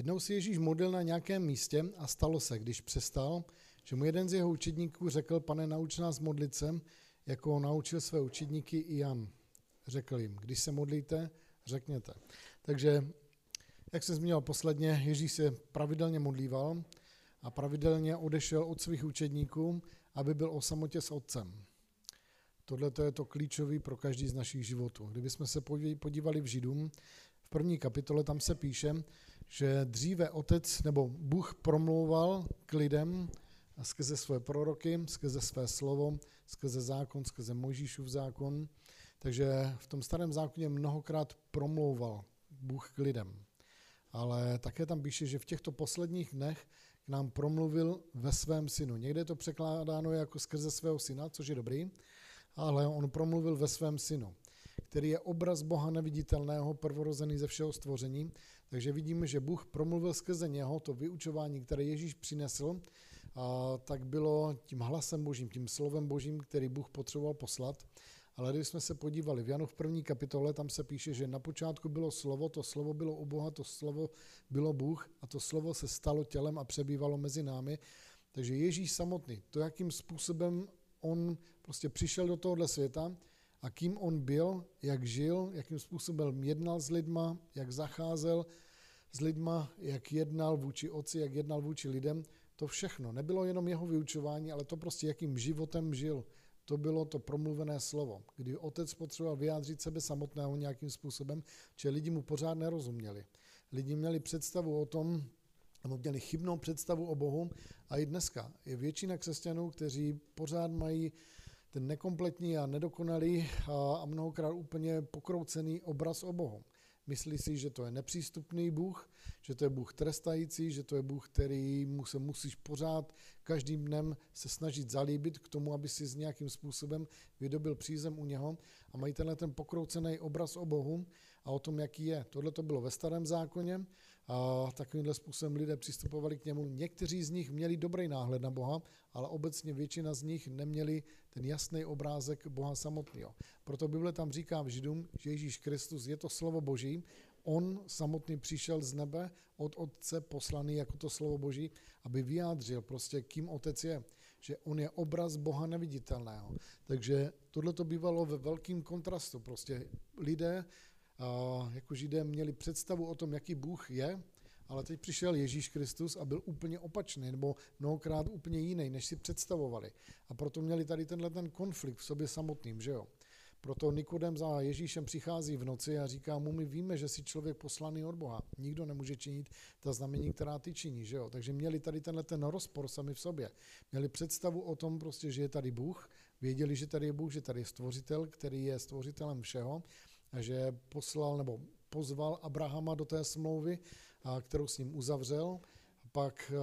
Jednou si Ježíš modlil na nějakém místě a stalo se, když přestal, že mu jeden z jeho učedníků řekl: Pane, nauč nás modlit se, jako naučil své učedníky i Jan. Řekl jim: když se modlíte, řekněte. Takže, jak jsem zmínil posledně, Ježíš se pravidelně modlíval a pravidelně odešel od svých učedníků, aby byl o samotě s Otcem. Tohle je to klíčové pro každý z našich životů. Kdybychom se podívali v Židům, v 1. kapitole tam se píše, že dříve Otec nebo Bůh promlouval k lidem skrze své proroky, skrze své slovo, skrze zákon, skrze Mojžíšův zákon. Takže v tom starém zákoně mnohokrát promlouval Bůh k lidem. Ale také tam píše, že v těchto posledních dnech k nám promluvil ve svém synu. Někde je to překládáno jako skrze svého syna, což je dobrý, ale on promluvil ve svém synu, který je obraz Boha neviditelného, prvorozený ze všeho stvoření. Takže vidíme, že Bůh promluvil skrze něho, to vyučování, které Ježíš přinesl, tak bylo tím hlasem Božím, tím slovem Božím, který Bůh potřeboval poslat. Ale když jsme se podívali v Janu v 1. kapitole, tam se píše, že na počátku bylo slovo, to slovo bylo u Boha, to slovo bylo Bůh a to slovo se stalo tělem a přebývalo mezi námi. Takže Ježíš samotný, to, jakým způsobem on prostě přišel do tohohle světa a kým on byl, jak žil, jakým způsobem jednal s lidma, jak zacházel s lidma, jak jednal vůči Otci, jak jednal vůči lidem, to všechno. Nebylo jenom jeho vyučování, ale to prostě, jakým životem žil. To bylo to promluvené slovo, kdy Otec potřeboval vyjádřit sebe samotného nějakým způsobem, že lidi mu pořád nerozuměli. Lidi měli představu o tom, nebo měli chybnou představu o Bohu a i dneska je většina křesťanů, kteří pořád mají ten nekompletní a nedokonalý a mnohokrát úplně pokroucený obraz o Bohu. Myslí si, že to je nepřístupný Bůh, že to je Bůh trestající, že to je Bůh, který mu se musíš pořád každým dnem se snažit zalíbit k tomu, aby si s nějakým způsobem vydobil přízem u něho a mají tenhle ten pokroucený obraz o Bohu a o tom, jaký je. Tohle to bylo ve starém zákoně a takovýmhle způsobem lidé přistupovali k němu. Někteří z nich měli dobrý náhled na Boha, ale obecně většina z nich neměli ten jasný obrázek Boha samotného. Proto Bible tam říká v Židům, že Ježíš Kristus je to slovo Boží, on samotný přišel z nebe od Otce poslaný jako to slovo Boží, aby vyjádřil prostě, kým Otec je, že on je obraz Boha neviditelného. Takže tohle to bývalo ve velkém kontrastu. Prostě lidé, jako Židé, měli představu o tom, jaký Bůh je, ale teď přišel Ježíš Kristus a byl úplně opačný, nebo mnohokrát úplně jiný, než si představovali. A proto měli tady tenhle ten konflikt v sobě samotným, že jo. Proto Nikodem za Ježíšem přichází v noci a říká mu: my víme, že jsi člověk poslaný od Boha. Nikdo nemůže činit ta znamení, která ty činí, že jo. Takže měli tady tenhle ten rozpor sami v sobě. Měli představu o tom prostě, že je tady Bůh, věděli, že tady je Bůh, že tady je stvořitel, který je stvořitelem všeho, a že poslal nebo pozval Abrahama do té smlouvy, kterou s ním uzavřel. A pak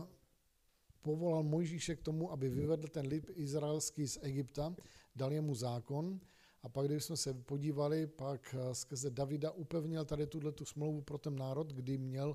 povolal Mojžíše k tomu, aby vyvedl ten lid izraelský z Egypta, dal jemu zákon. A pak, když jsme se podívali, pak skrze Davida upevnil tady tu smlouvu pro ten národ, kdy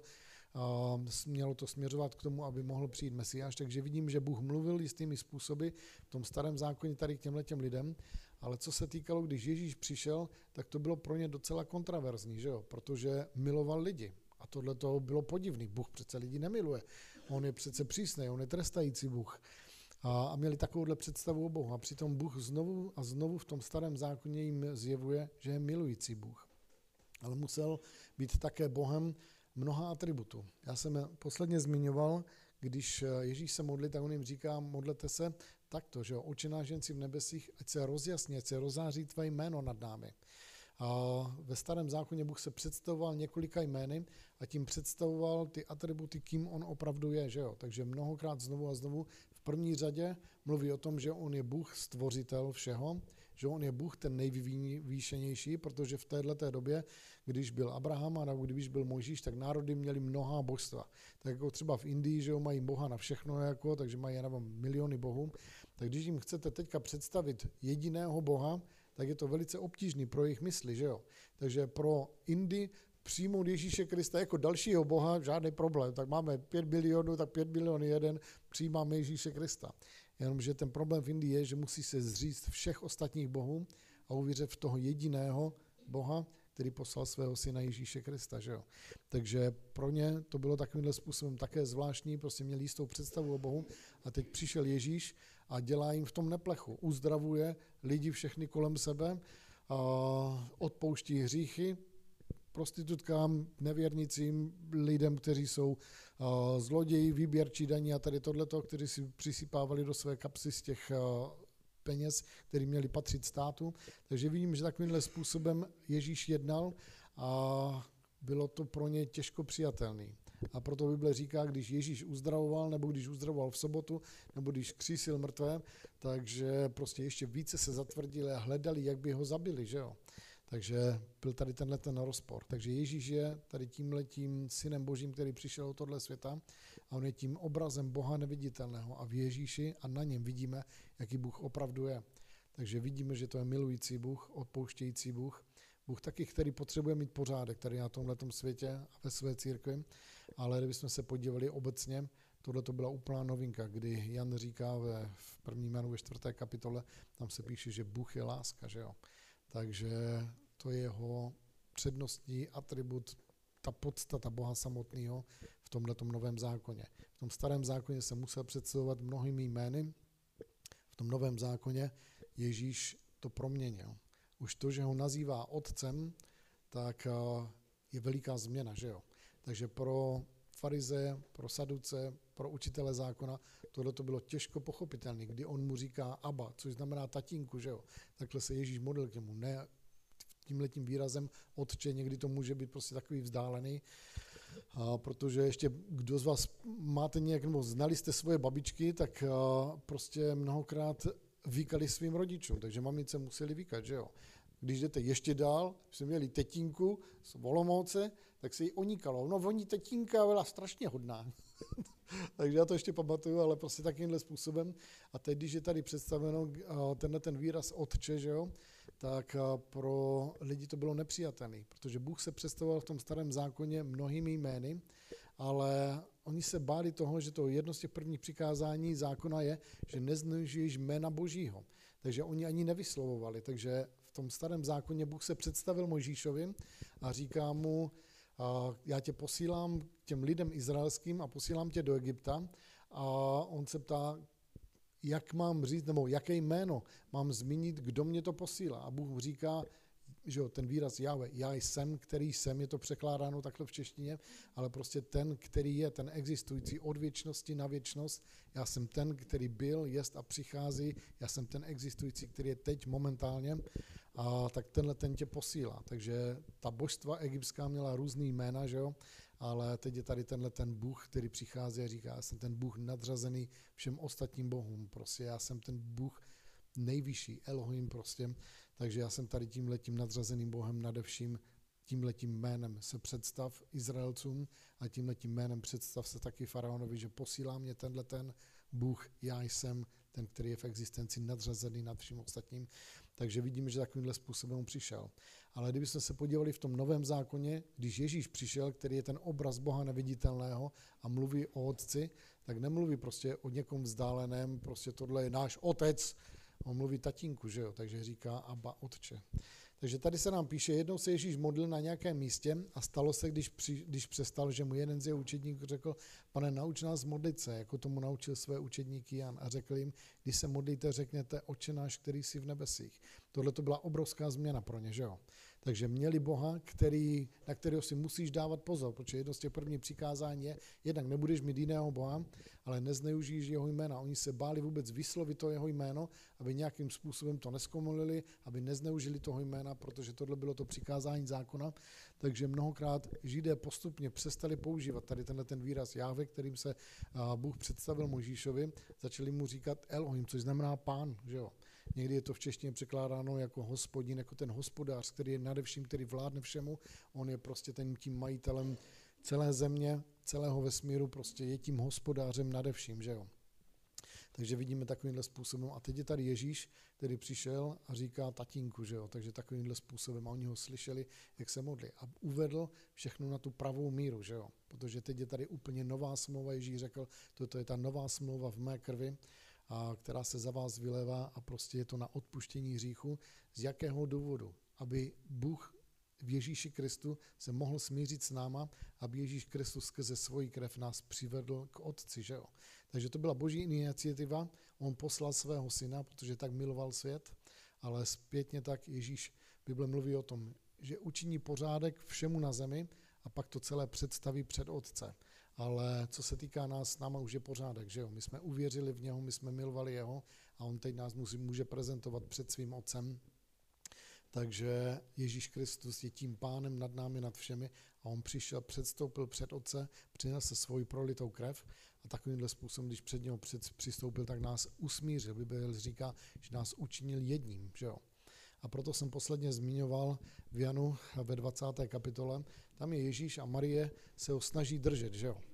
mělo to směřovat k tomu, aby mohl přijít Mesiáš. Takže vidím, že Bůh mluvil jistými způsoby v tom starém zákoně tady k těmhletěm lidem, ale co se týkalo, když Ježíš přišel, tak to bylo pro ně docela kontraverzní, že jo? Protože miloval lidi. A tohle to bylo podivný. Bůh přece lidi nemiluje. On je přece přísný, on je trestající Bůh. A měli takovouhle představu o Bohu. A přitom Bůh znovu a znovu v tom starém zákoně jim zjevuje, že je milující Bůh. Ale musel být také Bohem mnoha atributů. Já jsem posledně zmiňoval, když Ježíš se modlí, tak on jim říká: modlete se takto, že Otče náš jenci v nebesích, ať se rozjasní, ať se rozáří tvé jméno nad námi. A ve starém zákoně Bůh se představoval několika jmény a tím představoval ty atributy, kým on opravdu je. Že jo? Takže mnohokrát znovu a znovu v první řadě mluví o tom, že on je Bůh stvořitel všeho, že on je Bůh ten nejvýšenější, protože v této době, když byl Abraham a když byl Mojžíš, tak národy měly mnohá božstva. Tak jako třeba v Indii, že jo, mají Boha na všechno, jako, takže mají miliony bohů. Tak když jim chcete teďka představit jediného Boha, tak je to velice obtížný pro jejich mysli, že jo. Takže pro Indii přijmout Ježíše Krista jako dalšího Boha, žádný problém. Tak máme 5 bilionů, tak 5 bilionů jeden, přijímáme Ježíše Krista. Jenomže ten problém v Indii je, že musí se zříct všech ostatních bohů a uvěřit v toho jediného Boha, který poslal svého syna Ježíše Krista, že jo. Takže pro ně to bylo takovýmhle způsobem také zvláštní, prostě měli jistou představu o Bohu a teď přišel Ježíš a dělá jim v tom neplechu. Uzdravuje lidi všechny kolem sebe, odpouští hříchy, prostitutkám, nevěrnicím, lidem, kteří jsou zloději, výběrčí daní a tady tohleto, kteří si přisypávali do své kapsy z těch peněz, které měly patřit státu. Takže vidím, že takovýmhle způsobem Ježíš jednal a bylo to pro ně těžko přijatelné. A proto Bible říká, když Ježíš uzdravoval, nebo když uzdravoval v sobotu, nebo když křísil mrtvé, takže prostě ještě více se zatvrdili a hledali, jak by ho zabili, že jo. Takže byl tady tenhle ten rozpor. Takže Ježíš je tady tímhletím synem Božím, který přišel do tohle světa a on je tím obrazem Boha neviditelného a v Ježíši a na něm vidíme, jaký Bůh opravdu je. Takže vidíme, že to je milující Bůh, odpouštějící Bůh, Bůh taky, který potřebuje mít pořádek tady na tomhletom světě a ve své církvi, ale kdybychom se podívali obecně, tohle to byla úplná novinka, kdy Jan říká v 1. Janu ve 4. kapitole, tam se píše, že Bůh je láska, že jo. Takže to je jeho přednostní atribut, ta podstata Boha samotného v tomhletom novém zákoně. V tom starém zákoně se musel představovat mnohými jmény, v tom novém zákoně Ježíš to proměnil. Už to, že ho nazývá otcem, tak je veliká změna, že jo. Takže pro farizeje, pro saduce, pro učitele zákona, tohle to bylo těžko pochopitelné, kdy on mu říká Abba, což znamená tatínku, že jo. Takhle se Ježíš modlil k němu, ne tímhletím výrazem otče, někdy to může být prostě takový vzdálený, protože ještě kdo z vás máte nějak, nebo znali jste svoje babičky, tak prostě mnohokrát vykali svým rodičům, takže mamice museli vykat, že jo. Když jdete ještě dál, jsme měli tetínku z Olomouce, tak se jí oníkalo. No, oni tetínka byla strašně hodná. Takže já to ještě pamatuju, ale prostě takýmhle způsobem. A teď, když je tady představeno ten výraz otče, že jo, tak pro lidi to bylo nepřijatelné, protože Bůh se představoval v tom starém zákoně mnohými jmény, ale oni se báli toho, že to jedno z těch prvních přikázání zákona je, že nezneužiješ jména Božího. Takže oni ani nevyslovovali. Takže v tom starém zákoně Bůh se představil Mojžíšovi a říká mu, já tě posílám k těm lidem izraelským a posílám tě do Egypta. A on se ptá, jak mám říct, nebo jaké jméno mám zmínit, kdo mě to posílá. A Bůh říká, že jo, ten výraz Jahve, já jsem, který jsem, je to překládáno takhle v češtině, ale prostě ten, který je, ten existující od věčnosti na věčnost, já jsem ten, který byl, jest a přichází, já jsem ten existující, který je teď momentálně, a tak ten tě posílá. Takže ta božstva egyptská měla různý jména, že jo, ale teď je tady ten Bůh, který přichází a říká, já jsem ten Bůh nadřazený všem ostatním bohům, prostě já jsem ten Bůh nejvyšší, Elohim prostě, takže já jsem tady tímhletím nadřazeným Bohem nade vším, tímhletím jménem se představ Izraelcům a tímhletím jménem představ se taky faraonovi, že posílá mě ten Bůh, já jsem ten, který je v existenci nadřazený nad vším ostatním. Takže vidíme, že takovýmhle způsobem přišel. Ale kdybychom se podívali v tom novém zákoně, když Ježíš přišel, který je ten obraz Boha neviditelného a mluví o otci, tak nemluví prostě o někom vzdáleném, prostě tohle je náš otec, on mluví tatínku, že jo, takže říká Abba, otče. Takže tady se nám píše, jednou se Ježíš modlil na nějakém místě a stalo se, když přestal, že mu jeden z jeho učedníků řekl, Pane, nauč nás modlit se, jako tomu naučil své učedníky Jan a řekl jim, když se modlíte, řekněte, Otče náš, který jsi v nebesích. Tohle to byla obrovská změna pro ně, že jo. Takže měli Boha, na kterého si musíš dávat pozor, protože jedno z těch prvních přikázání je, jednak nebudeš mít jiného Boha, ale nezneužiješ jeho jména. Oni se báli vůbec vyslovit to jeho jméno, aby nějakým způsobem to neskomolili, aby nezneužili toho jména, protože tohle bylo to přikázání zákona. Takže mnohokrát Židé postupně přestali používat tady ten výraz Jahve, kterým se Bůh představil Mojžíšovi, začali mu říkat Elohim, což znamená pán, že jo. Někdy je to v češtině překládáno jako hospodin, jako ten hospodář, který je nade vším, který vládne všemu. On je prostě tím majitelem celé země, celého vesmíru, prostě je tím hospodářem nade vším, že jo. Takže vidíme takovýmhle způsobem. A teď je tady Ježíš, který přišel a říká tatínku, že jo. Takže takovýmhle způsobem. A oni ho slyšeli, jak se modlí. A uvedl všechno na tu pravou míru, že jo. Protože teď je tady úplně nová smlouva. Ježíš řekl, toto je ta nová smlouva v mé krvi, která se za vás vylévá a prostě je to na odpuštění hříchu. Z jakého důvodu? Aby Bůh v Ježíši Kristu se mohl smířit s náma, aby Ježíš Kristus skrze svoji krev nás přivedl k Otci. Že jo? Takže to byla boží iniciativa, on poslal svého syna, protože tak miloval svět, ale zpětně tak Ježíš, Bible mluví o tom, že učiní pořádek všemu na zemi a pak to celé představí před Otce. Ale co se týká nás, s náma už je pořádek, že jo? My jsme uvěřili v něho, my jsme milovali jeho a on teď nás může prezentovat před svým Otcem. Takže Ježíš Kristus je tím pánem nad námi, nad všemi a on přišel, předstoupil před Otce, přinesl svoji prolitou krev a takovýmhle způsobem, když před něho přistoupil, tak nás usmířil. Bible říká, že nás učinil jedním, že jo? A proto jsem posledně zmiňoval v Janu ve 20. kapitole, tam je Ježíš a Marie se ho snaží držet, že jo?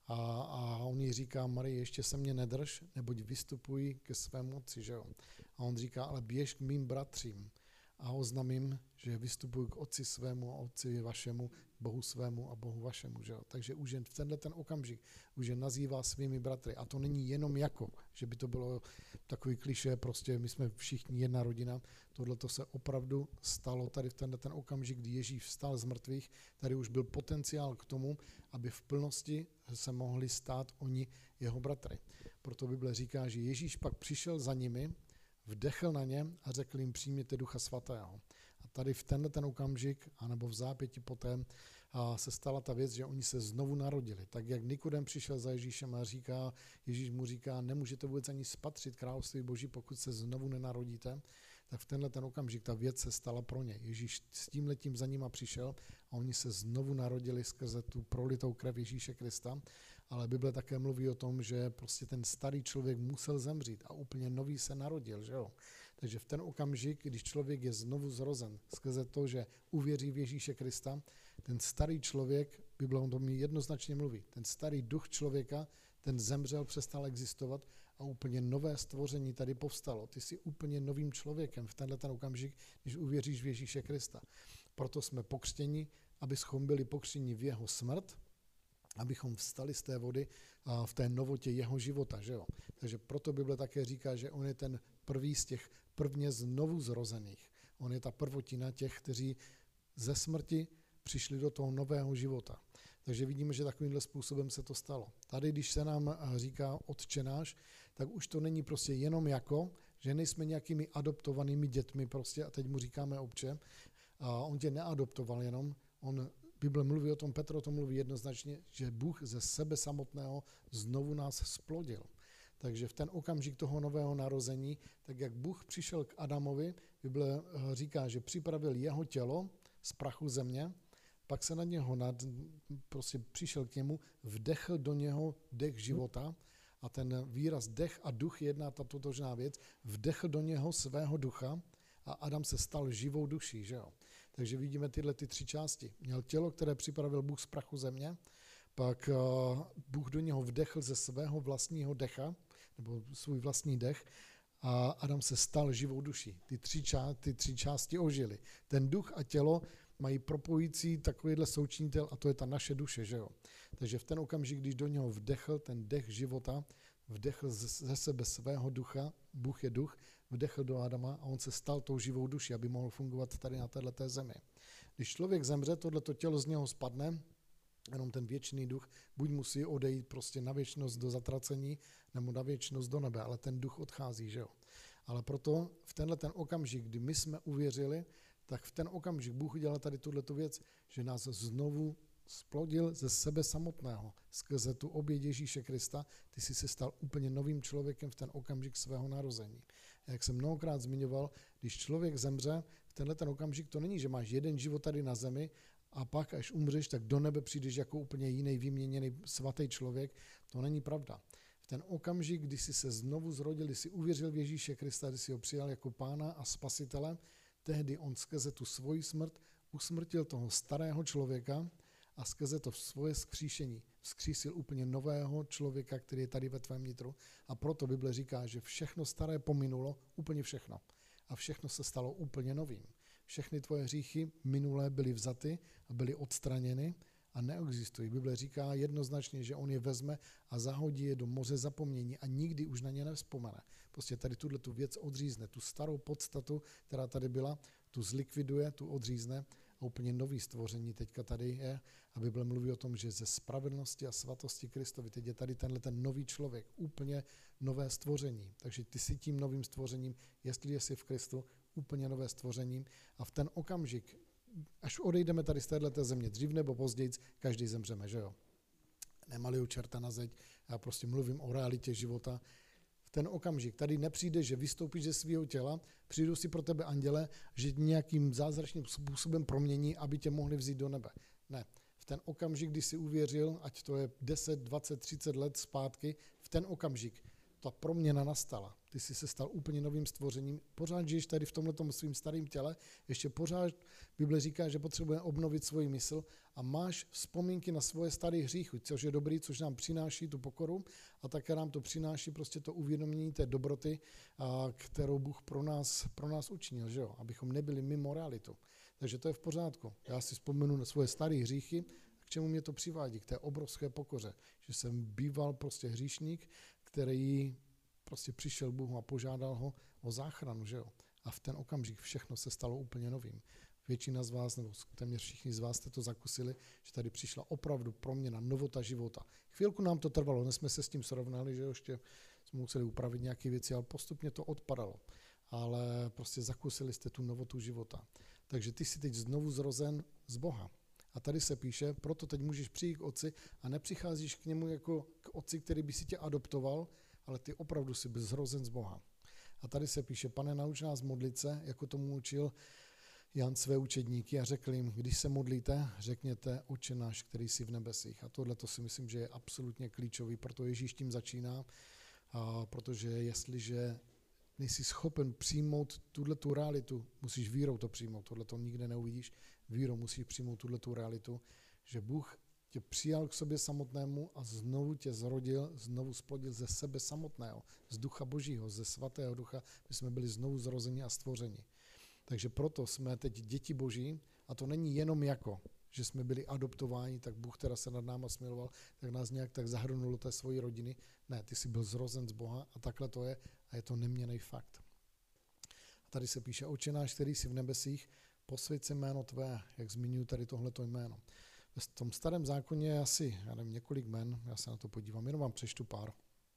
A on jí říká, Marie, ještě se mě nedrž, neboť vystupuj ke svému otci, že jo? A on říká, ale běž k mým bratřím a oznamím, že vystupuji k otci svému a otci vašemu, Bohu svému a Bohu vašemu. Že jo? Takže už jen v tenhle ten okamžik už je nazývá svými bratry. A to není jenom jako, že by to bylo takový klišé, prostě my jsme všichni jedna rodina. Tohle to se opravdu stalo tady v tenhle ten okamžik, kdy Ježíš vstal z mrtvých. Tady už byl potenciál k tomu, aby v plnosti se mohli stát oni jeho bratry. Proto Bible říká, že Ježíš pak přišel za nimi, vdechl na ně a řekl jim, přijměte Ducha Svatého. A tady v tenhle ten okamžik, anebo v zápěti poté, se stala ta věc, že oni se znovu narodili. Tak jak Nikodem přišel za Ježíšem a Ježíš mu říká, nemůžete vůbec ani spatřit království Boží, pokud se znovu nenarodíte, tak v tenhle ten okamžik ta věc se stala pro ně. Ježíš s tímhletím za nima přišel a oni se znovu narodili skrze tu prolitou krev Ježíše Krista. Ale Bible také mluví o tom, že prostě ten starý člověk musel zemřít a úplně nový se narodil, že jo. Takže v ten okamžik, když člověk je znovu zrozen skrze to, že uvěří v Ježíše Krista, ten starý člověk, Bible o tom jednoznačně mluví, ten starý duch člověka, ten zemřel, přestal existovat a úplně nové stvoření tady povstalo. Ty jsi úplně novým člověkem v tenhle ten okamžik, když uvěříš v Ježíše Krista. Proto jsme pokřtěni, abychom byli pokřtěni v jeho smrt, abychom vstali z té vody v té novotě jeho života. Že jo? Takže proto Bible také říká, že on je ten první z těch prvně znovu zrozených. On je ta prvotina těch, kteří ze smrti přišli do toho nového života. Takže vidíme, že takovýmhle způsobem se to stalo. Tady, když se nám říká Otče náš, tak už to není prostě jenom jako, že nejsme nějakými adoptovanými dětmi prostě a teď mu říkáme Otče. A on tě neadoptoval jenom, Bible mluví o tom, Petr o tom mluví jednoznačně, že Bůh ze sebe samotného znovu nás splodil. Takže v ten okamžik toho nového narození, tak jak Bůh přišel k Adamovi, Bible říká, že připravil jeho tělo z prachu země, pak se na něho prostě přišel k němu, vdechl do něho dech života a ten výraz dech a duch je jedna ta totožná věc, vdechl do něho svého ducha a Adam se stal živou duší, že jo. Takže vidíme tyhle ty tři části. Měl tělo, které připravil Bůh z prachu země, pak Bůh do něho vdechl ze svého vlastního decha, nebo svůj vlastní dech, a Adam se stal živou duší. Ty tři části ožily. Ten duch a tělo mají propojící takovýhle součinitel a to je ta naše duše, že jo. Takže v ten okamžik, když do něho vdechl ten dech života, vdechl ze sebe svého ducha, Bůh je duch, vdechl do Adama a on se stal tou živou duší, aby mohl fungovat tady na této zemi. Když člověk zemře, tohleto tělo z něho spadne, jenom ten věčný duch buď musí odejít prostě na věčnost do zatracení, nebo na věčnost do nebe, ale ten duch odchází, že jo. Ale proto v tenhle ten okamžik, kdy my jsme uvěřili, tak v ten okamžik Bůh udělal tady tuhletu věc, že nás znovu splodil ze sebe samotného. Skrze tu oběť Ježíše Krista, ty jsi se stal úplně novým člověkem v ten okamžik svého narození. A jak jsem mnohokrát zmiňoval, když člověk zemře, v tenhle ten okamžik to není, že máš jeden život tady na zemi a pak, až umřeš, tak do nebe přijdeš jako úplně jiný, vyměněný svatý člověk. To není pravda. V ten okamžik, kdy jsi se znovu zrodil, kdy jsi uvěřil v Ježíše Krista, kdy jsi ho přijal jako pána a spasitele, tehdy on skrze tu svoji smrt usmrtil toho starého člověka a skrze to svoje vzkříšení vzkřísil úplně nového člověka, který je tady ve tvém nitru. A proto Bible říká, že všechno staré pominulo, úplně všechno. A všechno se stalo úplně novým. Všechny tvoje hříchy minulé byly vzaty a byly odstraněny a neexistují. Bible říká jednoznačně, že on je vezme a zahodí je do moře zapomnění a nikdy už na ně nevzpomene. Prostě tady tu věc odřízne, tu starou podstatu, která tady byla, tu zlikviduje, tu odřízne a úplně nový stvoření teďka tady je. A Bible mluví o tom, že ze spravedlnosti a svatosti Kristovi teď je tady tenhle ten nový člověk, úplně nové stvoření. Takže ty jsi tím novým stvořením, jestli jsi v Kristu, úplně nové stvořením. A v ten okamžik, až odejdeme tady z téhleté země, dřív nebo později, každý zemřeme, že jo? Nemaluju čerta na zeď, já prostě mluvím o realitě života. V ten okamžik tady nepřijde, že vystoupíš ze svého těla, přijdou si pro tebe anděle, že nějakým zázračným způsobem promění, aby tě mohli vzít do nebe. Ne. V ten okamžik, kdy jsi uvěřil, ať to je 10, 20, 30 let zpátky, v ten okamžik ta proměna nastala. Ty jsi se stal úplně novým stvořením. Pořád žiješ tady v tomhletom svým starým těle, ještě pořád Bible říká, že potřebujeme obnovit svoji mysl a máš vzpomínky na svoje staré hříchy, což je dobrý, což nám přináší tu pokoru a také nám to přináší prostě to uvědomění té dobroty, kterou Bůh pro nás učinil, že jo? Abychom nebyli mimo realitu. Takže to je v pořádku. Já si vzpomenu na svoje staré hříchy, k čemu mě to přivádí, k té obrovské pokoře, že jsem býval prostě hříšník, který prostě přišel Bůh a požádal ho o záchranu, že jo? A v ten okamžik všechno se stalo úplně novým. Většina z vás, nebo téměř všichni z vás jste to zakusili, že tady přišla opravdu proměna, novota života. Chvilku nám to trvalo, než jsme se s tím srovnali, že ještě jsme museli upravit nějaké věci, ale postupně to odpadalo. Ale prostě zakusili jste tu novotu života. Takže ty jsi teď znovu zrozen z Boha. A tady se píše, proto teď můžeš přijít k otci a nepřicházíš k němu jako k otci, který by si tě adoptoval, ale ty opravdu jsi byl zrozen z Boha. A tady se píše, Pane, nauč nás modlit se, jako tomu učil Jan své učedníky a řekl jim, když se modlíte, řekněte Otče náš, který jsi v nebesích. A tohle to si myslím, že je absolutně klíčový, proto Ježíš tím začíná, protože jestliže nejsi schopen přijmout tu realitu, musíš vírou to přijmout, tohle to nikde neuvidíš, vírou musíš přijmout tu realitu, že Bůh tě přijal k sobě samotnému a znovu tě zrodil, znovu splodil ze sebe samotného, z Ducha Božího, ze Svatého Ducha, my jsme byli znovu zrozeni a stvořeni. Takže proto jsme teď děti Boží a to není jenom jako, že jsme byli adoptováni, tak Bůh teda se nad náma smiloval, tak nás nějak tak zahrnul do té svojí rodiny. Ne, ty jsi byl zrozen z Boha a takhle to je a je to neměnný fakt. A tady se píše, Otče náš, který jsi v nebesích, posvěť se jméno tvé, jak zmiňuji tady tohleto jméno. V tom starém zákoně je asi, já nevím, několik jmen, já se na to podívám, jenom vám přečtu pár.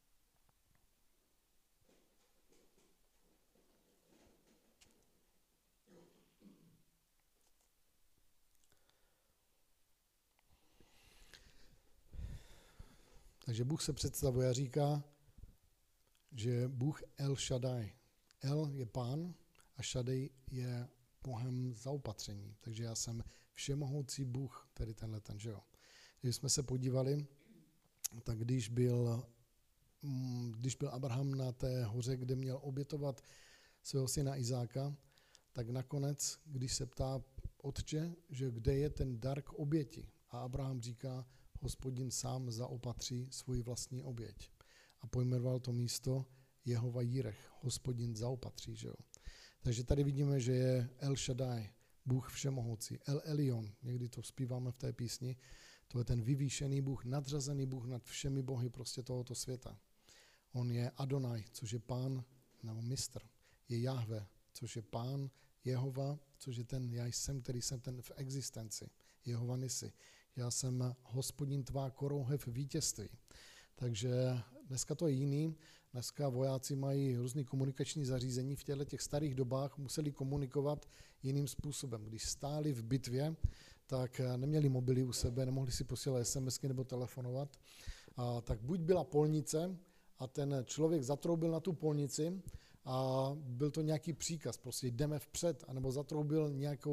Takže Bůh se představuje a říká, že Bůh El Shaddai. El je pán a Shaddai je Bohem zaopatření. Takže já jsem všemohoucí Bůh, tedy tenhle, že jo. Když jsme se podívali, tak když byl Abraham na té hoře, kde měl obětovat svého syna Izáka, tak nakonec, když se ptá Otče, že kde je ten dar k oběti, a Abraham říká, Hospodin sám zaopatří svůj vlastní oběť. A pojmenoval to místo Jehova Jirech, Hospodin zaopatří, že jo. Takže tady vidíme, že je El Shaddai, Bůh všemohoucí, El Elyon, někdy to zpíváme v té písni, to je ten vyvýšený Bůh, nadřazený Bůh nad všemi bohy prostě tohoto světa. On je Adonai, což je pán nebo mistr, je Jahve, což je pán, Jehova, což je ten já jsem, který jsem ten v existenci, Jehova Nisi. Já jsem Hospodin tvá korouhev vítězství. Takže dneska to je jiný. Dneska vojáci mají různý komunikační zařízení. V těchto těch starých dobách museli komunikovat jiným způsobem. Když stáli v bitvě, tak neměli mobily u sebe, nemohli si posílat SMSky nebo telefonovat. A tak buď byla polnice a ten člověk zatroubil na tu polnici a byl to nějaký příkaz, prostě jdeme vpřed, anebo zatroubil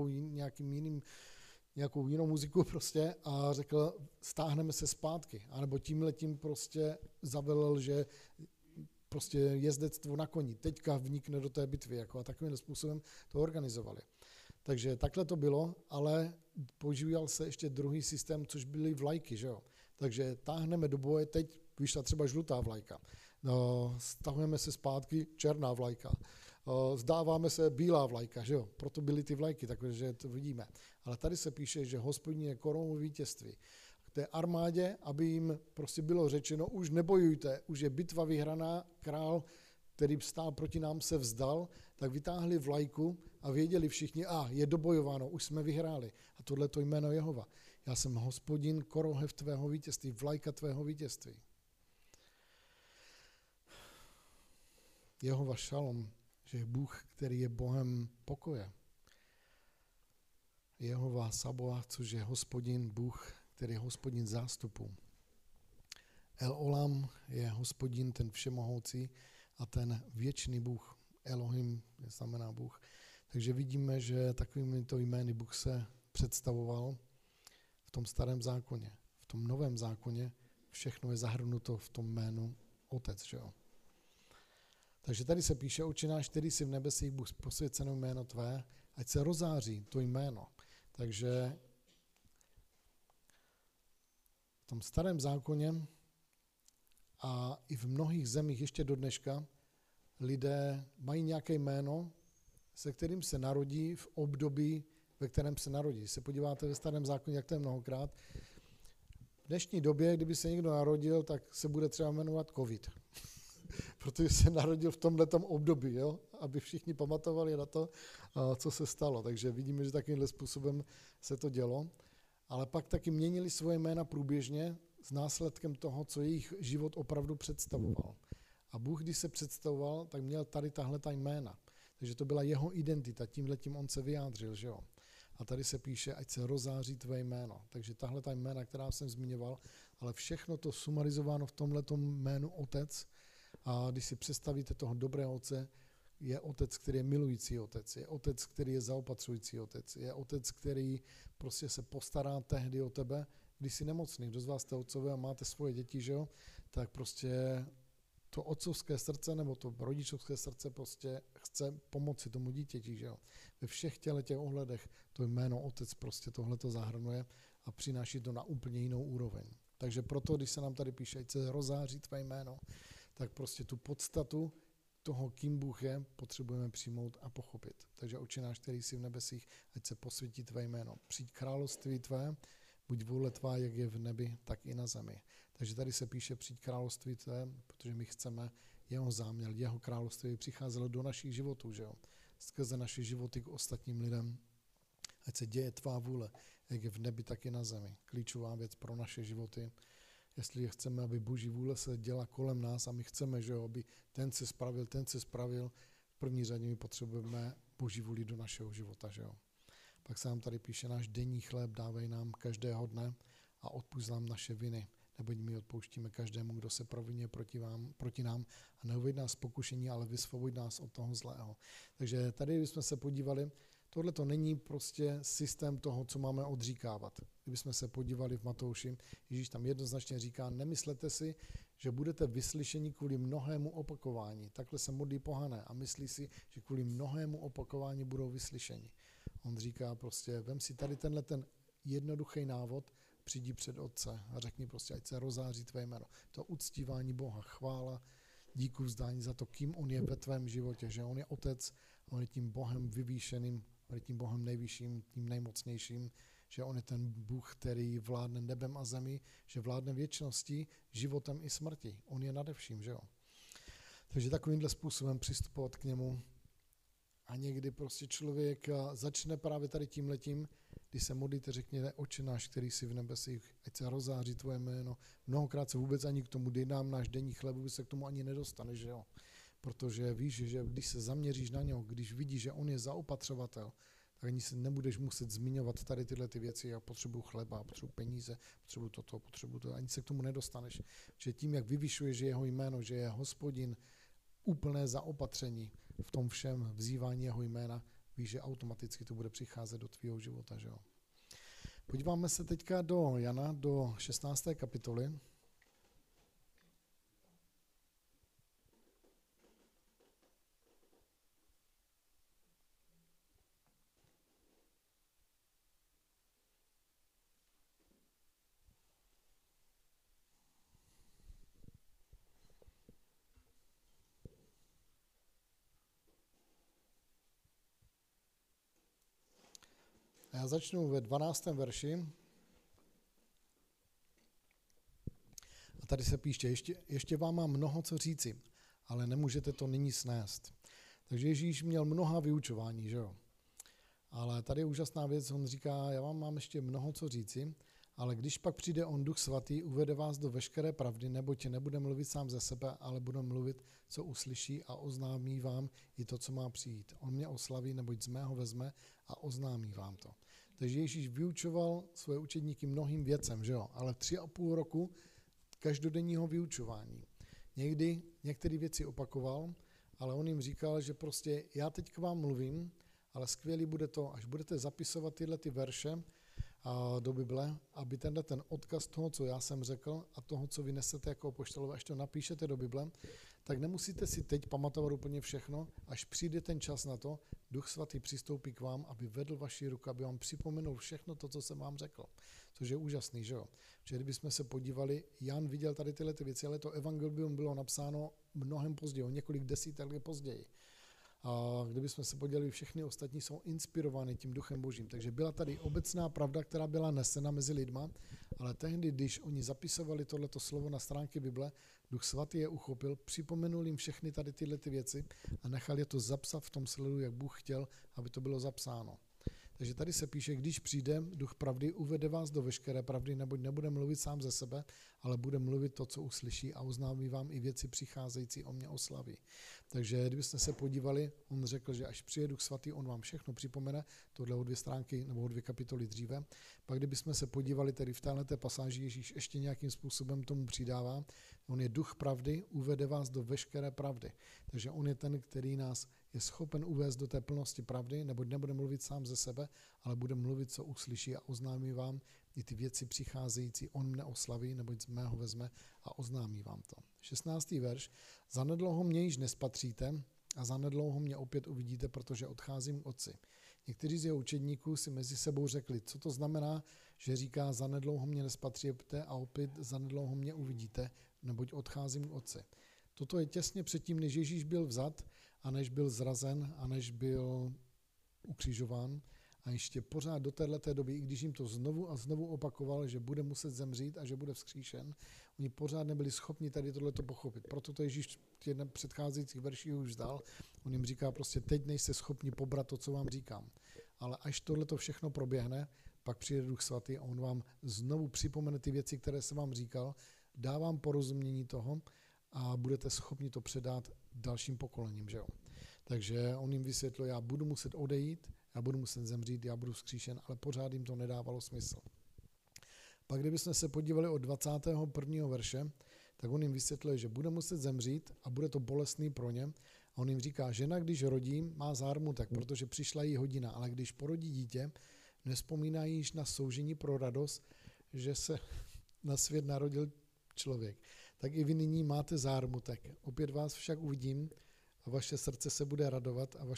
nějakou jinou muziku prostě a řekl, stáhneme se zpátky. A nebo tímhletím prostě zavelel, že prostě jezdectvo na koni teďka vnikne do té bitvy. Jako a takovým způsobem to organizovali. Takže takhle to bylo, ale používal se ještě druhý systém, což byly vlajky, že jo. Takže táhneme do boje, teď vyšla třeba žlutá vlajka. Stahujeme se zpátky, černá vlajka. Zdáváme se bílá vlajka, že jo? Proto byly ty vlajky, takže to vidíme. Ale tady se píše, že Hospodin je korounou vítězství. K té armádě, aby jim prostě bylo řečeno, už nebojujte, už je bitva vyhraná, král, který stál proti nám, se vzdal, tak vytáhli vlajku a věděli všichni, je dobojováno, už jsme vyhráli. A tohle to jméno Jehova. Já jsem Hospodin, korohev tvého vítězství, vlajka tvého vítězství. Jehova Šalom, že je Bůh, který je Bohem pokoje. Jehova Sabaoth, což je Hospodin, Bůh, který je Hospodin zástupů. El Olam je Hospodin, ten všemohoucí a ten věčný Bůh. Elohim znamená Bůh. Takže vidíme, že takovými to jmény Bůh se představoval v tom starém zákoně. V tom novém zákoně všechno je zahrnuto v tom jménu Otec. Že jo? Takže tady se píše, Otče náš, který jsi v nebesích, Bůh posvěceno jméno tvé, ať se rozáří to jméno. Takže v tom starém zákoně a i v mnohých zemích ještě do dneška lidé mají nějaké jméno, se kterým se narodí v období, ve kterém se narodí. Když se podíváte ve starém zákoně, jak to je mnohokrát, v dnešní době, kdyby se někdo narodil, tak se bude třeba jmenovat COVID. Protože se narodil v tomhletom období, jo? Aby všichni pamatovali na to, co se stalo. Takže vidíme, že takovýmhle způsobem se to dělo. Ale pak taky měnili svoje jména průběžně s následkem toho, co jejich život opravdu představoval. A Bůh, když se představoval, tak měl tady tahle jména. Takže to byla jeho identita, tímhletím on se vyjádřil, že jo. A tady se píše, ať se rozáří tvé jméno. Takže tahle jména, která jsem zmiňoval, ale všechno to sumarizováno v tomhletom jménu Otec. A když si představíte toho dobrého otce, je otec, který je milující otec, je otec, který je zaopatřující otec, je otec, který prostě se postará tehdy o tebe, když jsi nemocný. Kdo z vás jste otcové a máte svoje děti, že jo, tak prostě to otcovské srdce nebo to rodičovské srdce prostě chce pomoci tomu dítěti, že jo. Ve všech těch ohledech to jméno Otec prostě tohleto zahrnuje a přináší to na úplně jinou úroveň. Takže proto, když se nám tady píše, ať se rozáří tvé jméno, tak prostě tu podstatu toho, kým Bůh je, potřebujeme přijmout a pochopit. Takže Otče náš, který jsi v nebesích, ať se posvětí tvé jméno. Přijď království tvé, buď vůle tvá, jak je v nebi, tak i na zemi. Takže tady se píše přijď království tvé, protože my chceme jeho záměr, jeho království přicházelo do našich životů, že jo? Skrze naše životy k ostatním lidem. Ať se děje tvá vůle, jak je v nebi, tak i na zemi. Klíčová věc pro naše životy. Jestli chceme, aby Boží vůle se děla kolem nás a my chceme, že jo, aby ten se spravil, v první řadě my potřebujeme Boží vůli do našeho života, že jo. Pak se nám tady píše, náš denní chléb dávej nám každého dne a odpusť nám naše viny, neboť my odpouštíme každému, kdo se provině proti nám a neuveď nás pokušení, ale vysvoboď nás od toho zlého. Takže tady, když jsme se podívali, tohle to není prostě systém toho, co máme odříkávat. Kdybychom se podívali v Matouši, Ježíš tam jednoznačně říká, nemyslete si, že budete vyslyšeni kvůli mnohému opakování. Takhle se modlí pohané a myslí si, že kvůli mnohému opakování budou vyslyšeni. On říká prostě, vem si tady tenhle ten jednoduchý návod, přijdi před Otce a řekni prostě, ať se rozáří tvé jméno. To uctívání Boha, chvála, díku vzdání za to, kým on je ve tvém životě, že on je Otec, on je tím Bohem vyvýšeným, on je tím Bohem nejvyšším, tím nejmocnějším, že on je ten Bůh, který vládne nebem a zemi, že vládne věčností, životem i smrti. On je nade vším, že jo. Takže takovýmhle způsobem přistupovat k němu a někdy prostě člověk začne právě tady tímhletím, když se modlíte, řekněte, Otče náš, který jsi v nebesích, ať se rozáří tvoje jméno. Mnohokrát se vůbec ani k tomu dej nám náš denní chléb, vůbec se k tomu ani nedostaneš, že jo. Protože víš, že když se zaměříš na něho, když vidíš, že on je zaopatřovatel, tak ani se nebudeš muset zmiňovat tady tyhle ty věci, já potřebuju chleba, potřebuju peníze, potřebuju to, ani se k tomu nedostaneš. Že tím, jak vyvyšuješ jeho jméno, že je Hospodin, úplné zaopatření v tom všem vzývání jeho jména, víš, že automaticky to bude přicházet do tvýho života, že jo. Podíváme se teďka do Jana, do 16. kapitoly. Já začnu ve 12. verši. A tady se píše, ještě vám mám mnoho co říci, ale nemůžete to nyní snést. Takže Ježíš měl mnoha vyučování, že jo. Ale tady je úžasná věc, on říká, já vám mám ještě mnoho co říci, ale když pak přijde on Duch Svatý, uvede vás do veškeré pravdy, neboť nebude mluvit sám ze sebe, ale bude mluvit, co uslyší a oznámí vám i to, co má přijít. On mě oslaví, neboť z mého vezme a oznámí vám to. Takže Ježíš vyučoval svoje učedníky mnohým věcem, že jo? Ale 3,5 roku každodenního vyučování. Někdy některé věci opakoval, ale on jim říkal, že prostě já teď k vám mluvím, ale skvělý bude to, až budete zapisovat tyhle ty verše do Bible, aby ten odkaz toho, co já jsem řekl a toho, co vy nesete jako apoštolové, až to napíšete do Bible, tak nemusíte si teď pamatovat úplně všechno, až přijde ten čas na to, Duch Svatý přistoupí k vám, aby vedl vaši ruku, aby vám připomenul všechno to, co jsem vám řekl. Což je úžasný, že jo? Že kdybychom se podívali, Jan viděl tady tyhle ty věci, ale to evangelium bylo napsáno mnohem později, o několik desítek let později. A kdybychom se podívali, všechny ostatní jsou inspirovány tím Duchem Božím. Takže byla tady obecná pravda, která byla nesena mezi lidma, ale tehdy, když oni zapisovali tohleto slovo na stránky Bible, Duch Svatý je uchopil, připomenul jim všechny tady tyhle ty věci a nechal je to zapsat v tom sledu, jak Bůh chtěl, aby to bylo zapsáno. Takže tady se píše, když přijde Duch pravdy, uvede vás do veškeré pravdy, neboť nebude mluvit sám ze sebe, ale bude mluvit to, co uslyší a oznámí vám i věci přicházející, o mě oslaví. Takže kdybyste se podívali, on řekl, že až přijde Duch Svatý, on vám všechno připomene, tohle o 2 stránky nebo o 2 kapitoly dříve. Pak kdybychom se podívali, tedy v této pasáži Ježíš ještě nějakým způsobem tomu přidává, on je Duch pravdy, uvede vás do veškeré pravdy. Takže on je ten, který nás je schopen uvést do té plnosti pravdy, neboť nebude mluvit sám ze sebe, ale bude mluvit, co uslyší a oznámí vám i ty věci přicházející. On mne oslaví, neboť z mého vezme a oznámí vám to. 16. verš. Zanedlouho mě již nespatříte a zanedlouho mě opět uvidíte, protože odcházím k Otci. Někteří z jeho učedníků si mezi sebou řekli, co to znamená, že říká zanedlouho mě nespatříte a opět zanedlouho mě uvidíte, neboť odcházím k Otci. Toto je těsně předtím, než Ježíš byl vzat a než byl zrazen a než byl ukřižován. A ještě pořád do téhleté doby, i když jim to znovu a znovu opakoval, že bude muset zemřít a že bude vzkříšen, oni pořád nebyli schopni tady tohleto pochopit. Proto to Ježíš jedna předcházejících verší už vzdal. On jim říká prostě, teď nejste schopni pobrat to, co vám říkám. Ale až tohleto všechno proběhne, pak přijde Duch Svatý a on vám znovu připomene ty věci, které jsem vám říkal, dá vám porozumění toho a budete schopni to předat dalším pokolením. Že jo? Takže on jim vysvětlil, já budu muset odejít, já budu muset zemřít, já budu vzkříšen, ale pořád jim to nedávalo smysl. Pak kdybychom se podívali od 21. verše, tak on jim vysvětluje, že bude muset zemřít a bude to bolestný pro ně. A on jim říká, žena, když rodí, má zármutek, protože přišla jí hodina, ale když porodí dítě, nevzpomíná již na soužení pro radost, že se na svět narodil člověk. Tak i vy nyní máte zármutek. Opět vás však uvidím a vaše srdce se bude radovat a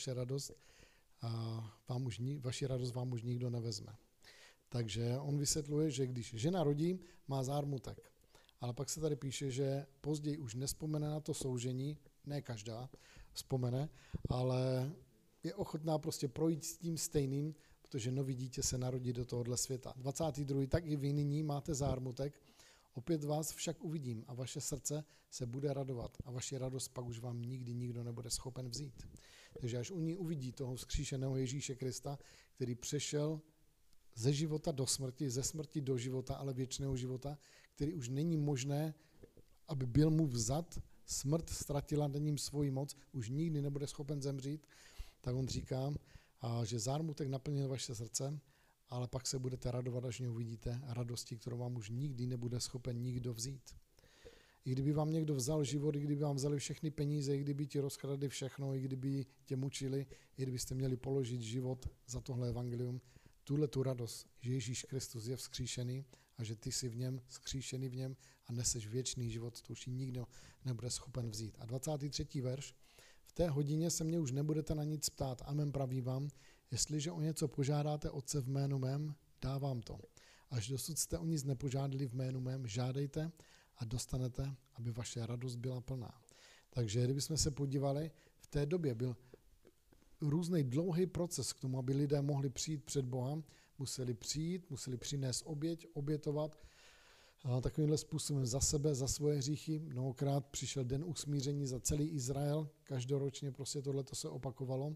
vaši radost vám už nikdo nevezme. Takže on vysvětluje, že když žena rodí, má zármutek. Ale pak se tady píše, že později už nevzpomene na to soužení, ne každá vzpomene, ale je ochotná prostě projít s tím stejným, protože nový dítě se narodí do tohohle světa. 22. Tak i vy nyní máte zármutek, opět vás však uvidím a vaše srdce se bude radovat a vaši radost pak už vám nikdy nikdo nebude schopen vzít. Takže až u ní uvidí toho vzkříšeného Ježíše Krista, který přešel ze života do smrti, ze smrti do života, ale věčného života, který už není možné, aby byl mu vzat, smrt ztratila nad ním svoji moc, už nikdy nebude schopen zemřít, tak on říká, že zármutek naplnil vaše srdce, ale pak se budete radovat, až mě uvidíte, radosti, kterou vám už nikdy nebude schopen nikdo vzít. I kdyby vám někdo vzal život, i kdyby vám vzali všechny peníze, i kdyby ti rozkradli všechno, i kdyby tě mučili, i kdybyste měli položit život za tohle evangelium, tuhle tu radost, že Ježíš Kristus je vzkříšený a že ty jsi v něm, vzkříšený v něm a neseš věčný život, to už ji nikdo nebude schopen vzít. A 23. verš. V té hodině se mě už nebudete na nic ptát. Amen, pravím vám, jestliže o něco požádáte Otce v jménu mém, dávám to. Až dosud jste o nic nepožádali v jménu mém, žádejte a dostanete, aby vaše radost byla plná. Takže kdybychom se podívali, v té době byl různý dlouhý proces k tomu, aby lidé mohli přijít před Boha, museli přijít, museli přinést oběť, obětovat takovýmhle způsobem za sebe, za svoje hříchy. Mnohokrát přišel den usmíření za celý Izrael, každoročně prostě tohleto se opakovalo.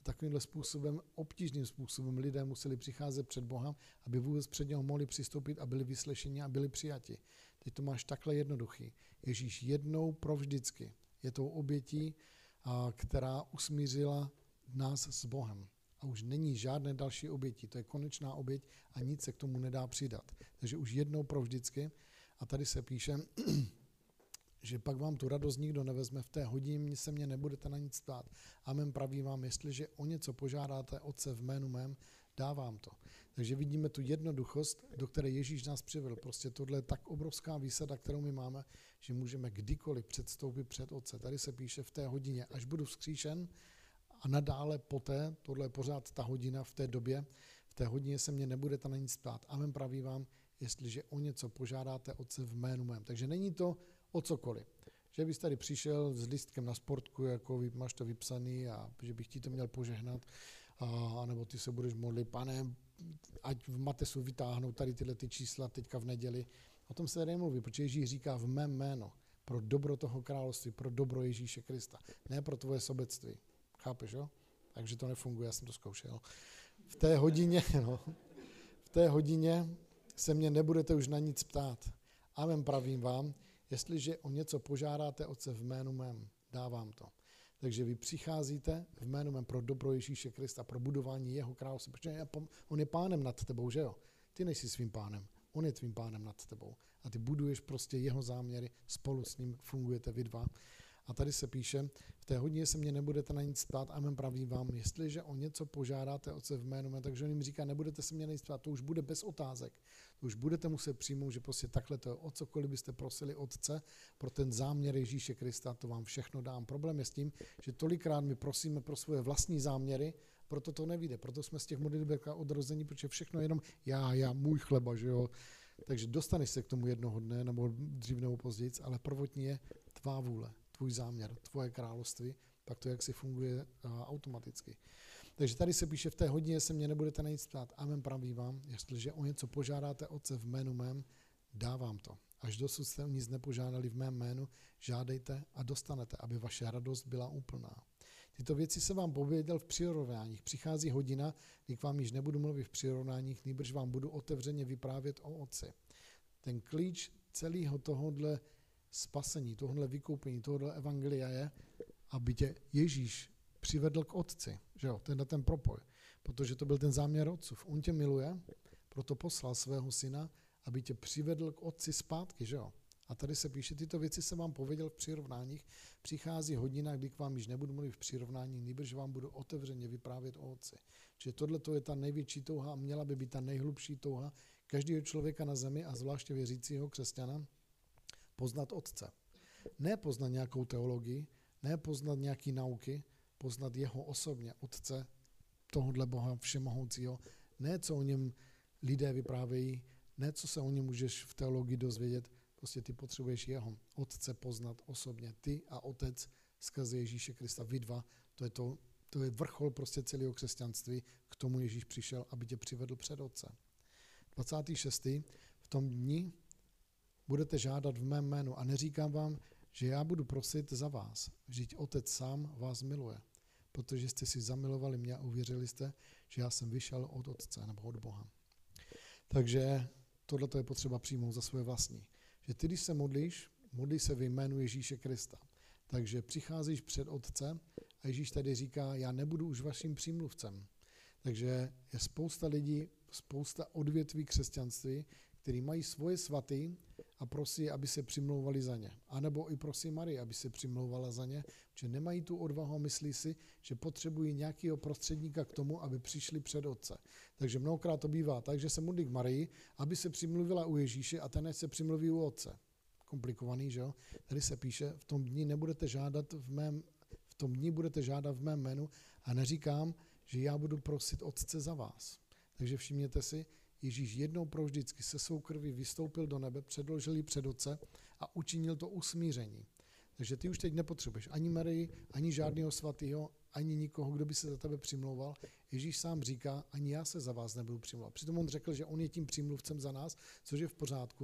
Takovýmhle způsobem, obtížným způsobem lidé museli přicházet před Boha, aby vůbec před něho mohli přistoupit a byli vyslešeni a byli přijati. Teď to máš takhle jednoduchý. Ježíš jednou provždycky je tou obětí, která usmířila nás s Bohem. A už není žádné další oběti. To je konečná oběť a nic se k tomu nedá přidat. Takže už jednou provždycky. A tady se píše, že pak vám tu radost nikdo nevezme, v té hodině se mě nebudete na nic ptát. Amen, pravím vám, jestliže o něco požádáte Otce v jménu mém, dávám to. Takže vidíme tu jednoduchost, do které Ježíš nás přivedl. Prostě tohle je tak obrovská výsada, kterou my máme, že můžeme kdykoliv předstoupit před Otce. Tady se píše v té hodině, až budu vzkříšen a nadále poté, tohle je pořád ta hodina v té době, v té hodině se mě nebudete na nic ptát. Amen, pravím vám, jestliže o něco požádáte Otce v jménu mém. Takže není to o cokoliv. Že bys tady přišel s listkem na sportku, jako máš to vypsaný a že bych ti to měl požehnat, anebo ty se budeš modlit, Pane, ať v Matesu vytáhnou tady tyhle ty čísla teďka v neděli. O tom se tady mluví, protože Ježíš říká v mém jméno, pro dobro toho království, pro dobro Ježíše Krista, ne pro tvoje sobectví. Chápeš, jo? Takže to nefunguje, já jsem to zkoušel. V té hodině se mě nebudete už na nic ptát. Amen, pravím vám, jestliže o něco požádáte Otce v jménu mém, dávám to. Takže vy přicházíte v jménu mém pro dobro Ježíše Krista, pro budování jeho království, protože on je pánem nad tebou, že jo? Ty nejsi svým pánem, on je tvým pánem nad tebou. A ty buduješ prostě jeho záměry, spolu s ním fungujete vy dva. A tady se píše, v té hodině se mě nebudete na nic ptát, amen, pravím vám, jestliže o něco požádáte Otce v jménu mém, takže on jim říká, nebudete se mě na nic ptát, to už bude bez otázek. To už budete muset přijmout, že prostě takhle to je, o cokoliv byste prosili Otce pro ten záměr Ježíše Krista, to vám všechno dám. Problém je s tím, že tolikrát my prosíme pro svoje vlastní záměry, proto to nevyjde, proto jsme z těch modliteb odrození, protože všechno je jenom já, můj chleba, že jo. Takže dostaneš se k tomu jednoho dne, nebo dřív nebo později, ale prvotní je tvá vůle, tvůj záměr, tvoje království, pak to jaksi funguje automaticky. Takže tady se píše, v té hodině se mě nebudete na nic ptát. Amen, pravím vám, jestliže o něco požádáte Otce v jménu mém, dávám to. Až dosud jste o nic nepožádali v mém jménu, žádejte a dostanete, aby vaše radost byla úplná. Tyto věci se vám pověděl v přirovnáních. Přichází hodina, kdy k vám již nebudu mluvit v přirovnáních, nýbrž vám budu otevřeně vyprávět o Otci. Ten klíč celého tohohle spasení, tohohle vykoupení, tohohle evangelia je, aby tě Ježíš přivedl k Otci. Že jo? Ten propoj. Protože to byl ten záměr Otcův. On tě miluje, proto poslal svého syna, aby tě přivedl k Otci zpátky. Že jo? A tady se píše, tyto věci se vám pověděl v přirovnáních. Přichází hodina, kdy k vám již nebudu mluvit v přirovnání, nýbrž vám budu otevřeně vyprávět o Otci. Čili tohle je ta největší touha a měla by být ta nejhlubší touha každého člověka na zemi a zvláště věřícího křesťana, poznat Otce. Ne poznat nějakou teologii, ne poznat nějaké nauky, poznat jeho osobně, Otce, tohohle Boha všemohoucího, ne co o něm lidé vyprávějí, ne co se o něm můžeš v teologii dozvědět, prostě ty potřebuješ jeho Otce poznat osobně. Ty a Otec skrze Ježíše Krista, vy dva, to je vrchol prostě celého křesťanství, k tomu Ježíš přišel, aby tě přivedl před Otce. 26. V tom dni budete žádat v mém jménu a neříkám vám, že já budu prosit za vás. Vždyť Otec sám vás miluje, protože jste si zamilovali mě a uvěřili jste, že já jsem vyšel od Otce nebo od Boha. Takže tohle je potřeba přijmout za svoje vlastní. Že ty, když se modlíš se ve jménu Ježíše Krista. Takže přicházíš před Otce a Ježíš tady říká, já nebudu už vaším přímluvcem. Takže je spousta lidí, spousta odvětví křesťanství, kteří mají svoje svatý a prosí, aby se přimlouvali za ně. A nebo i prosí Marii, aby se přimlouvala za ně, že nemají tu odvahu a myslí si, že potřebují nějakého prostředníka k tomu, aby přišli před Otce. Takže mnohokrát to bývá tak, že se modlí k Marii, aby se přimluvila u Ježíše a ten se přimluví u Otce. Komplikovaný, že jo? Tady se píše, v tom dni budete žádat v mém jménu a neříkám, že já budu prosit Otce za vás. Takže všimněte si, Ježíš jednou provždycky se svou krví vystoupil do nebe, předložil ji před Otce a učinil to usmíření. Takže ty už teď nepotřebuješ ani Marii, ani žádného svatého, ani nikoho, kdo by se za tebe přimlouval. Ježíš sám říká, ani já se za vás nebudu přimlouvat. Přitom on řekl, že on je tím přímluvcem za nás, což je v pořádku,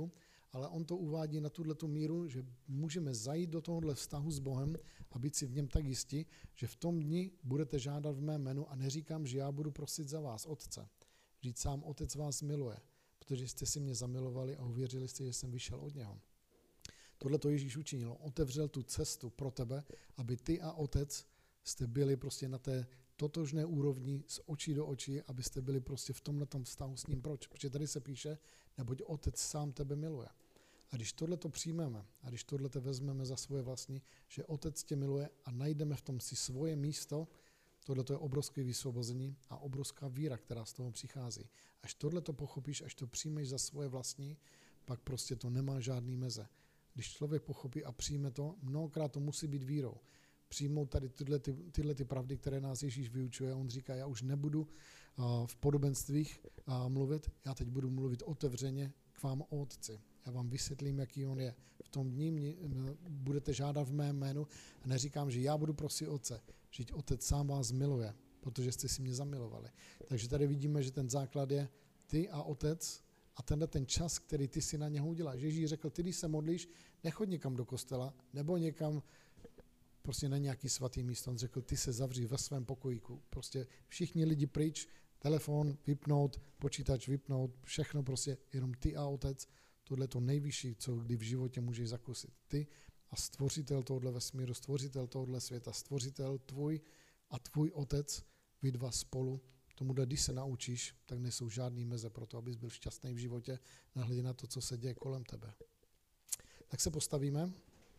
ale on to uvádí na tuhletu míru, že můžeme zajít do tohohle vztahu s Bohem a být si v něm tak jistí, že v tom dni budete žádat v mém jménu a neříkám, že já budu prosit za vás, Otce. Vždyť sám Otec vás miluje, protože jste si mě zamilovali a uvěřili jste, že jsem vyšel od něho. Tohle to Ježíš učinil. Otevřel tu cestu pro tebe, aby ty a Otec jste byli prostě na té totožné úrovni z očí do očí, abyste byli prostě v tomhletom vztahu s ním. Proč? Protože tady se píše, neboť Otec sám tebe miluje. A když tohleto přijmeme a když tohleto vezmeme za svoje vlastní, že Otec tě miluje a najdeme v tom si svoje místo, tohleto je obrovské vysvobození a obrovská víra, která z toho přichází. Až tohleto pochopíš, až to přijmeš za svoje vlastní, pak prostě to nemá žádný meze. Když člověk pochopí a přijme to, mnohokrát to musí být vírou. Přijmout tady tyhle pravdy, které nás Ježíš vyučuje. On říká, já už nebudu v podobenstvích mluvit, já teď budu mluvit otevřeně k vám o Otci. Já vám vysvětlím, jaký on je. V tom dní budete žádat v mém jménu a neříkám, že já budu prosit Otce, že Otec sám vás miluje, protože jste si mě zamilovali. Takže tady vidíme, že ten základ je ty a Otec a tenhle ten čas, který ty si na něho uděláš. Ježíš řekl, ty když se modlíš, nechoď někam do kostela nebo někam prostě na nějaký svatý místo. On řekl, ty se zavří ve svém pokojíku. Prostě všichni lidi pryč, telefon vypnout, počítač vypnout, všechno prostě, jenom ty a Otec. Tohle je to nejvyšší, co kdy v životě můžeš zakusit. Ty a stvořitel tohohle vesmíru, stvořitel tohohle světa, stvořitel tvůj a tvůj Otec, vy dva spolu. Tomuhle, když se naučíš, tak nejsou žádný meze pro to, abys byl šťastný v životě, nahledě na to, co se děje kolem tebe. Tak se postavíme.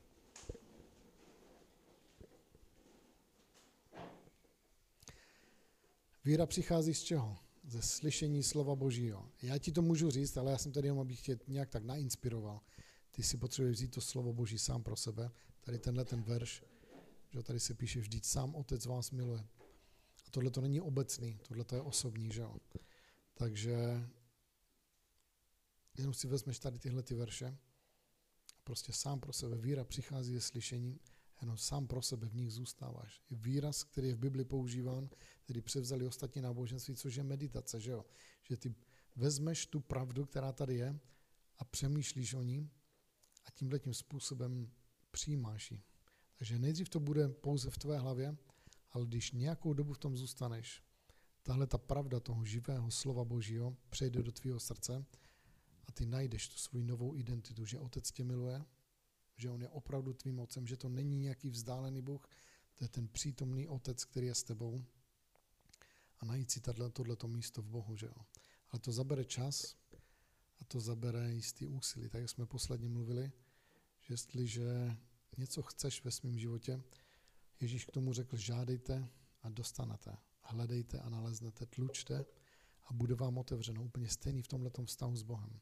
Víra přichází z čeho? Ze slyšení slova Božího. Já ti to můžu říct, ale já jsem tady jenom, abych tě nějak tak nainspiroval. Ty si potřebuješ vzít to slovo Boží sám pro sebe. Tady tenhle ten verš, že tady se píše vždyť sám Otec vás miluje. A tohle to není obecný, tohle to je osobní, že jo. Takže jenom si vezmeš tady tyhle ty verše a prostě sám pro sebe. Víra přichází ze slyšení, jenom sám pro sebe v nich zůstáváš. Je výraz, který je v Bibli používán, který převzali ostatní náboženství, což je meditace, že jo. Že ty vezmeš tu pravdu, která tady je a přemýšlíš o ní a tímhletím způsobem přijímáš ji. Takže nejdřív to bude pouze v tvé hlavě, ale když nějakou dobu v tom zůstaneš, tahle ta pravda toho živého slova Božího přejde do tvého srdce a ty najdeš tu svou novou identitu, že Otec tě miluje, že on je opravdu tvým otcem, že to není nějaký vzdálený Bůh, to je ten přítomný Otec, který je s tebou a najít si tohleto místo v Bohu, že jo. Ale to zabere čas a to zabere jistý úsilí. Tak jak jsme posledně mluvili, že jestliže něco chceš ve svém životě, Ježíš k tomu řekl, žádejte a dostanete, hledejte a naleznete, tlučte a bude vám otevřeno. Úplně stejný v tomhletom vztahu s Bohem.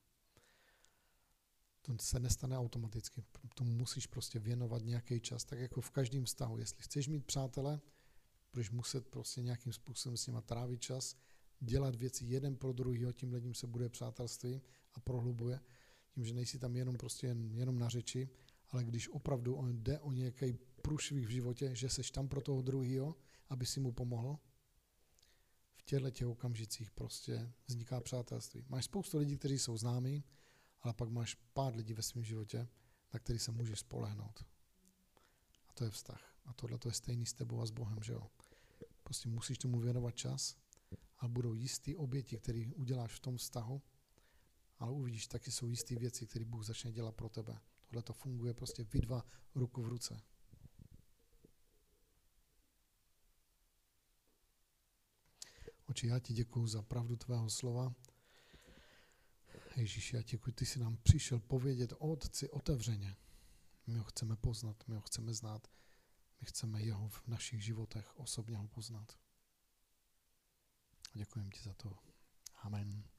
To se nestane automaticky, tomu musíš prostě věnovat nějaký čas, tak jako v každém vztahu. Jestli chceš mít přátele, budeš muset prostě nějakým způsobem s nima trávit čas, dělat věci jeden pro druhýho, tímhletím se bude přátelství a prohlubuje, tím, že nejsi tam jenom na řeči, ale když opravdu jde o nějaký průšvih v životě, že seš tam pro toho druhýho, aby si mu pomohl, v těchto okamžicích prostě vzniká přátelství. Máš spoustu lidí, kteří jsou známí, ale pak máš pár lidí ve svém životě, na který se můžeš spolehnout. A to je vztah. A tohle je stejný s tebou a s Bohem, že jo. Prostě musíš tomu věnovat čas a budou jistý oběti, které uděláš v tom vztahu, ale uvidíš, taky jsou jistý věci, které Bůh začne dělat pro tebe. Tohle to funguje prostě vy dva ruku v ruce. Oči, já ti děkuju za pravdu tvého slova. Ježíši, já děkuji, ty jsi nám přišel povědět o Otci otevřeně. My ho chceme poznat, my ho chceme znát, my chceme jeho v našich životech osobně ho poznat. A děkuji ti za to. Amen.